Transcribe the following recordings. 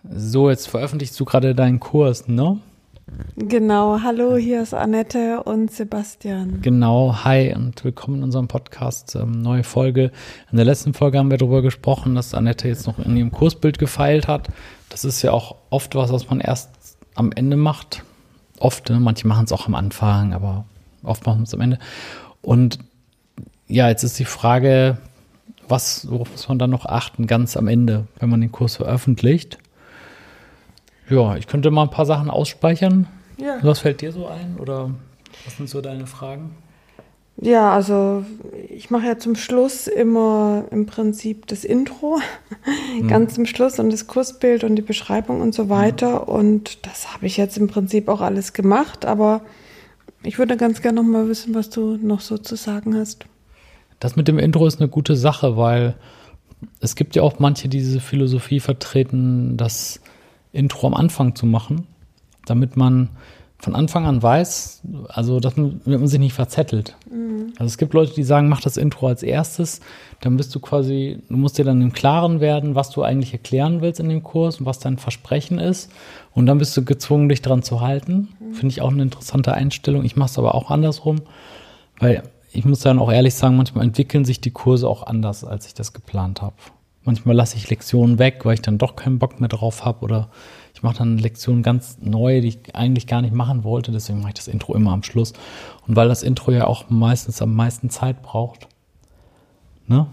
So, jetzt veröffentlichst du gerade deinen Kurs, ne? Genau, hallo, hier ist Annette und Sebastian. Genau, hi und willkommen in unserem Podcast, neue Folge. In der letzten Folge haben wir darüber gesprochen, dass Annette jetzt noch in ihrem Kursbild gefeilt hat. Das ist ja auch oft was man erst am Ende macht. Oft, ne? Manche machen es auch am Anfang, aber oft machen es am Ende. Und ja, jetzt ist die Frage, worauf muss man dann noch achten, ganz am Ende, wenn man den Kurs veröffentlicht? Ja, ich könnte mal ein paar Sachen ausspeichern. Ja. Was fällt dir so ein oder was sind so deine Fragen? Ja, also ich mache ja zum Schluss immer im Prinzip das Intro, ganz zum Schluss und das Kursbild und die Beschreibung und so weiter. Und das habe ich jetzt im Prinzip auch alles gemacht, aber ich würde ganz gerne noch mal wissen, was du noch so zu sagen hast. Das mit dem Intro ist eine gute Sache, weil es gibt ja auch manche, die diese Philosophie vertreten, das Intro am Anfang zu machen, damit man von Anfang an weiß, also dass man sich nicht verzettelt. Also es gibt Leute, die sagen, mach das Intro als erstes, dann du musst dir dann im Klaren werden, was du eigentlich erklären willst in dem Kurs und was dein Versprechen ist und dann bist du gezwungen, dich dran zu halten. Finde ich auch eine interessante Einstellung. Ich mache es aber auch andersrum, weil ich muss dann auch ehrlich sagen, manchmal entwickeln sich die Kurse auch anders, als ich das geplant habe. Manchmal lasse ich Lektionen weg, weil ich dann doch keinen Bock mehr drauf habe oder ich mache dann Lektionen ganz neu, die ich eigentlich gar nicht machen wollte. Deswegen mache ich das Intro immer am Schluss. Und weil das Intro ja auch meistens am meisten Zeit braucht. Ne?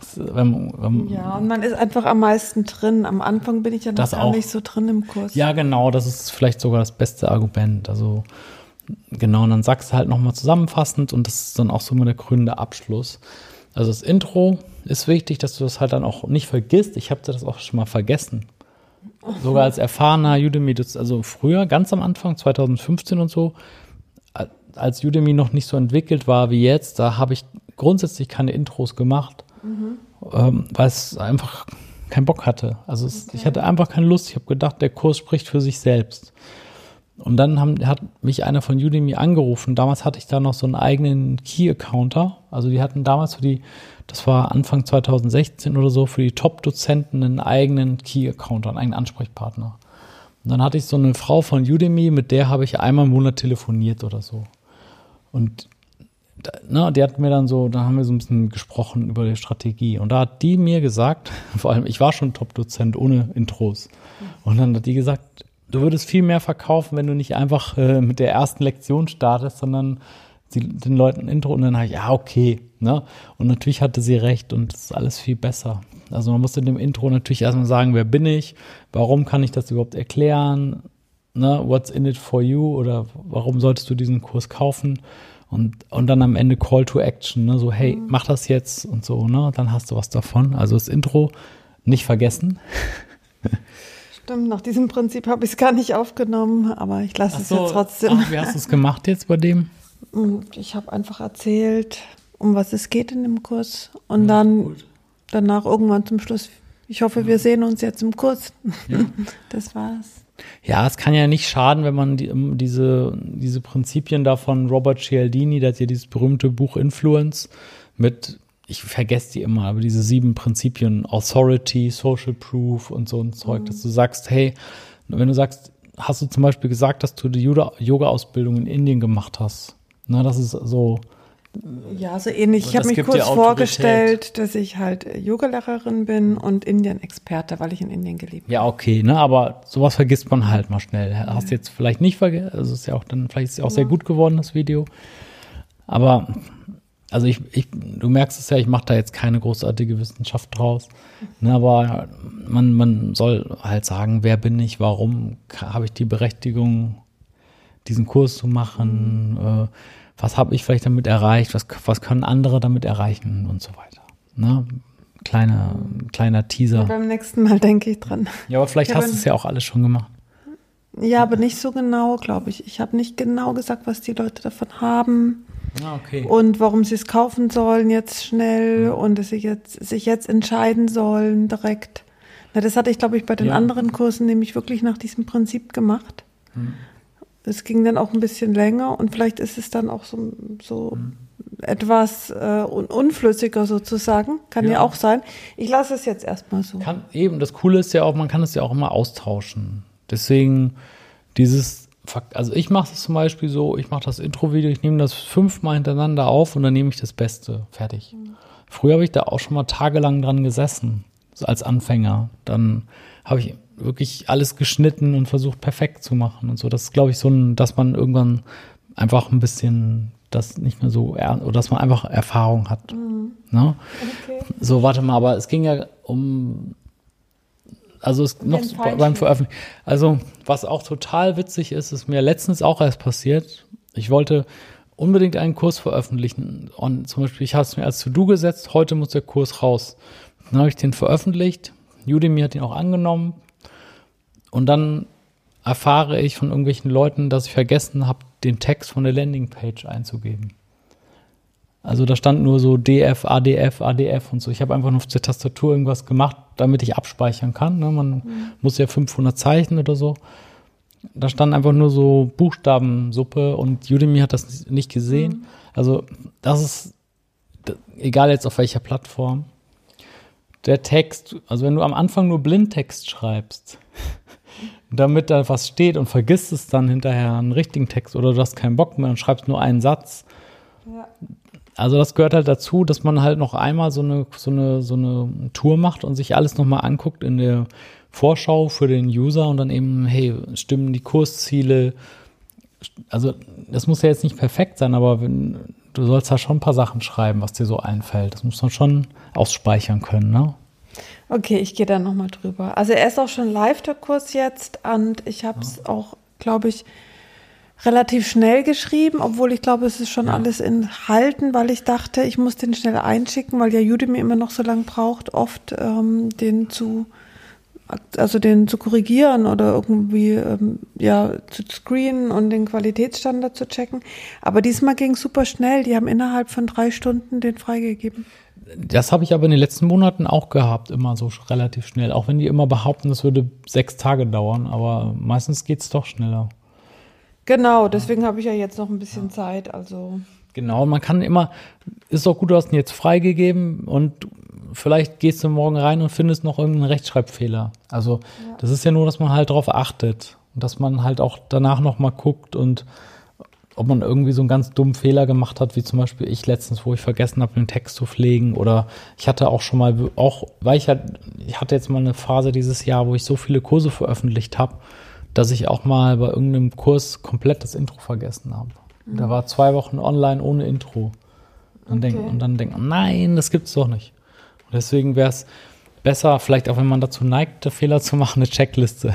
Ja, und man ist einfach am meisten drin. Am Anfang bin ich ja noch gar nicht so drin im Kurs. Ja, genau, das ist vielleicht sogar das beste Argument. Also genau, und dann sagst du halt nochmal zusammenfassend und das ist dann auch so immer der krönende Abschluss. Also das Intro ist wichtig, dass du das halt dann auch nicht vergisst. Ich habe das auch schon mal vergessen. Sogar als erfahrener Udemy, also früher, ganz am Anfang, 2015 und so, als Udemy noch nicht so entwickelt war wie jetzt, da habe ich grundsätzlich keine Intros gemacht, weil es einfach keinen Bock hatte. Also ich hatte einfach keine Lust. Ich habe gedacht, der Kurs spricht für sich selbst. Und dann hat mich einer von Udemy angerufen. Damals hatte ich da noch so einen eigenen Key-Accounter. Also die hatten damals das war Anfang 2016 oder so, für die Top-Dozenten einen eigenen Key-Accounter, einen eigenen Ansprechpartner. Und dann hatte ich so eine Frau von Udemy, mit der habe ich einmal im Monat telefoniert oder so. Und die hat mir dann da haben wir so ein bisschen gesprochen über die Strategie. Und da hat die mir gesagt, vor allem, ich war schon Top-Dozent ohne Intros. Und dann hat die gesagt, du würdest viel mehr verkaufen, wenn du nicht einfach mit der ersten Lektion startest, sondern den Leuten ein Intro und dann habe ich, ja, okay. Ne? Und natürlich hatte sie recht und es ist alles viel besser. Also man muss in dem Intro natürlich erstmal sagen, wer bin ich, warum kann ich das überhaupt erklären, ne? What's in it for you oder warum solltest du diesen Kurs kaufen und dann am Ende Call to Action, ne? So hey, mach das jetzt und so, ne? Dann hast du was davon. Also das Intro nicht vergessen. Stimmt, nach diesem Prinzip habe ich es gar nicht aufgenommen, aber ich lasse es jetzt trotzdem. Wie hast du es gemacht jetzt bei dem? Ich habe einfach erzählt, um was es geht in dem Kurs und dann danach irgendwann zum Schluss, ich hoffe, wir sehen uns jetzt im Kurs. Ja. Das war's. Ja, es kann ja nicht schaden, wenn man diese Prinzipien da von Robert Cialdini, der hat ja dieses berühmte Buch Influence ich vergesse die immer, aber diese 7 Prinzipien, Authority, Social Proof und so ein Zeug, dass du sagst, hey, wenn du sagst, hast du zum Beispiel gesagt, dass du die Yoga-Ausbildung in Indien gemacht hast. Na, das ist so. Ja, so ähnlich. Ich habe mich kurz vorgestellt, dass ich halt Yogalehrerin bin und Indien-Experte, weil ich in Indien gelebt habe. Ja, okay, ne, aber sowas vergisst man halt mal schnell. Hast du jetzt vielleicht nicht vergessen, also ist ja auch dann, vielleicht ist es auch sehr gut geworden, das Video. Aber also du merkst es ja, ich mache da jetzt keine großartige Wissenschaft draus. Ne, aber man soll halt sagen, wer bin ich, warum habe ich die Berechtigung, diesen Kurs zu machen, was habe ich vielleicht damit erreicht, was können andere damit erreichen und so weiter. Ne? Kleiner Teaser. Ja, beim nächsten Mal denke ich dran. Ja, aber vielleicht hast du es ja auch alles schon gemacht. Ja, aber nicht so genau, glaube ich. Ich habe nicht genau gesagt, was die Leute davon haben. Okay. Und warum sie es kaufen sollen jetzt schnell und dass sie sich jetzt entscheiden sollen direkt. Na, das hatte ich, glaube ich, bei den anderen Kursen nämlich wirklich nach diesem Prinzip gemacht. Es ging dann auch ein bisschen länger und vielleicht ist es dann auch so etwas unflüssiger sozusagen. Kann ja auch sein. Ich lasse es jetzt erstmal so. Das Coole ist ja auch, man kann es ja auch immer austauschen. Deswegen also ich mache es zum Beispiel so, ich mache das Intro-Video, ich nehme das 5-mal hintereinander auf und dann nehme ich das Beste. Fertig. Früher habe ich da auch schon mal tagelang dran gesessen, so als Anfänger. Dann habe ich wirklich alles geschnitten und versucht, perfekt zu machen und so. Das ist, glaube ich, dass man irgendwann einfach ein bisschen das nicht mehr so, oder dass man einfach Erfahrung hat. Ne? Okay. So, warte mal, aber es ging ja beim Veröffentlichen. Also, was auch total witzig ist mir letztens auch erst passiert. Ich wollte unbedingt einen Kurs veröffentlichen. Und zum Beispiel, ich habe es mir als To-Do gesetzt, heute muss der Kurs raus. Dann habe ich den veröffentlicht. Udemy hat ihn auch angenommen. Und dann erfahre ich von irgendwelchen Leuten, dass ich vergessen habe, den Text von der Landingpage einzugeben. Also da stand nur so DF, ADF, ADF und so. Ich habe einfach nur auf der Tastatur irgendwas gemacht, damit ich abspeichern kann. Ne? Man muss ja 500 Zeichen oder so. Da stand einfach nur so Buchstabensuppe und Udemy hat das nicht gesehen. Also das ist, egal jetzt auf welcher Plattform, der Text, also wenn du am Anfang nur Blindtext schreibst, damit da was steht und vergisst es dann hinterher einen richtigen Text oder du hast keinen Bock mehr und schreibst nur einen Satz. Ja. Also das gehört halt dazu, dass man halt noch einmal so eine Tour macht und sich alles nochmal anguckt in der Vorschau für den User und dann eben, hey, stimmen die Kursziele? Also das muss ja jetzt nicht perfekt sein, aber du sollst da schon ein paar Sachen schreiben, was dir so einfällt. Das muss man schon ausspeichern können, ne? Okay, ich gehe da nochmal drüber. Also er ist auch schon live, der Kurs jetzt, und ich habe es auch, glaube ich, relativ schnell geschrieben, obwohl ich glaube, es ist schon alles enthalten, weil ich dachte, ich muss den schnell einschicken, weil ja Udemy immer noch so lange braucht, oft den zu korrigieren oder irgendwie zu screenen und den Qualitätsstandard zu checken. Aber diesmal ging es super schnell. Die haben innerhalb von 3 Stunden den freigegeben. Das habe ich aber in den letzten Monaten auch gehabt, immer so relativ schnell. Auch wenn die immer behaupten, das würde 6 Tage dauern, aber meistens geht es doch schneller. Genau, deswegen habe ich ja jetzt noch ein bisschen Zeit. Also genau, man kann immer, ist auch gut, du hast ihn jetzt freigegeben und vielleicht gehst du morgen rein und findest noch irgendeinen Rechtschreibfehler. Also das ist ja nur, dass man halt drauf achtet und dass man halt auch danach noch mal guckt und ob man irgendwie so einen ganz dummen Fehler gemacht hat, wie zum Beispiel ich letztens, wo ich vergessen habe, den Text zu pflegen, oder ich hatte auch schon mal, weil ich hatte jetzt mal eine Phase dieses Jahr, wo ich so viele Kurse veröffentlicht habe, dass ich auch mal bei irgendeinem Kurs komplett das Intro vergessen habe. Da war 2 Wochen online ohne Intro. Und dann denkt man, nein, das gibt's doch nicht. Und deswegen wäre es besser, vielleicht auch wenn man dazu neigt, Fehler zu machen, eine Checkliste.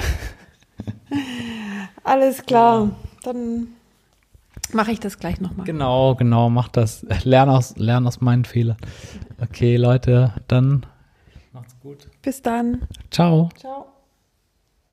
Alles klar, dann mache ich das gleich nochmal. Genau, mach das. Lern aus meinen Fehlern. Okay, Leute, dann macht's gut. Bis dann. Ciao. Ciao.